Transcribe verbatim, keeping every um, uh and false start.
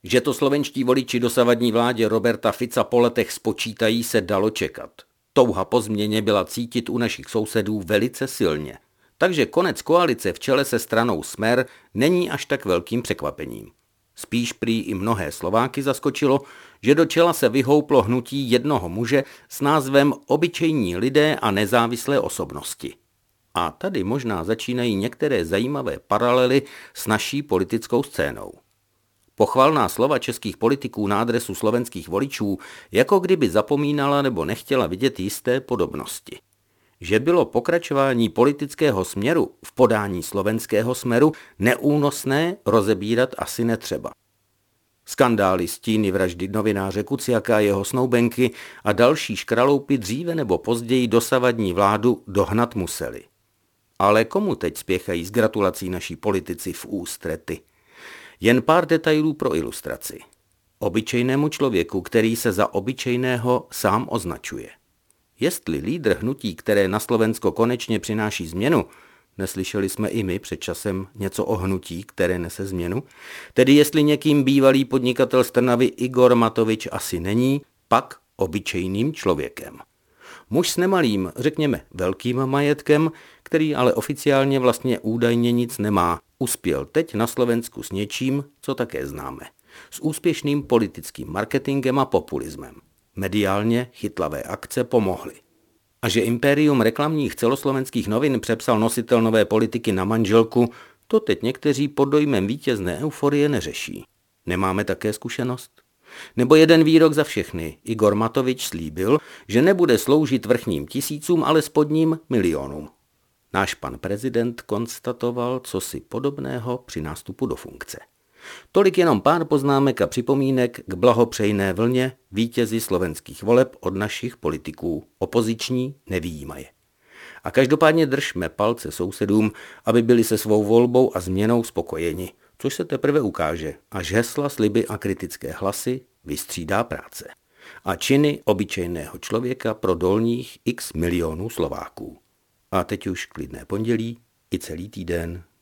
Že to slovenští voliči dosavadní vládě Roberta Fica po letech spočítají, se dalo čekat. Touha po změně byla cítit u našich sousedů velice silně. Takže konec koalice v čele se stranou Smer není až tak velkým překvapením. Spíš prý i mnohé Slováky zaskočilo, že do čela se vyhouplo hnutí jednoho muže s názvem Obyčejní lidé a nezávislé osobnosti. A tady možná začínají některé zajímavé paralely s naší politickou scénou. Pochvalná slova českých politiků na adresu slovenských voličů, jako kdyby zapomínala nebo nechtěla vidět jisté podobnosti. Že bylo pokračování politického směru v podání slovenského smeru neúnosné, rozebírat asi netřeba. Skandály, stíny vraždy novináře Kuciaka a jeho snoubenky a další škraloupy dříve nebo později dosavadní vládu dohnat museli. Ale komu teď spěchají s gratulací naší politici v ústrety? Jen pár detailů pro ilustraci. Obyčejnému člověku, který se za obyčejného sám označuje. Jestli lídr hnutí, které na Slovensko konečně přináší změnu, neslyšeli jsme i my před časem něco o hnutí, které nese změnu, tedy jestli někým bývalý podnikatel z Trnavy Igor Matovič asi není, pak obyčejným člověkem. Muž s nemalým, řekněme velkým majetkem, který ale oficiálně vlastně údajně nic nemá, uspěl teď na Slovensku s něčím, co také známe. S úspěšným politickým marketingem a populismem. Mediálně chytlavé akce pomohly. A že impérium reklamních celoslovenských novin přepsal nositel nové politiky na manželku, to teď někteří pod dojmem vítězné euforie neřeší. Nemáme také zkušenost? Nebo jeden výrok za všechny. Igor Matovič slíbil, že nebude sloužit vrchním tisícům, ale spodním milionům. Náš pan prezident konstatoval cosi podobného při nástupu do funkce. Tolik jenom pár poznámek a připomínek k blahopřejné vlně vítězi slovenských voleb od našich politiků, opoziční nevyjímaje. A každopádně držme palce sousedům, aby byli se svou volbou a změnou spokojeni, což se teprve ukáže, až hesla, sliby a kritické hlasy vystřídá práce. A činy obyčejného člověka pro dolních x milionů Slováků. A teď už klidné pondělí i celý týden.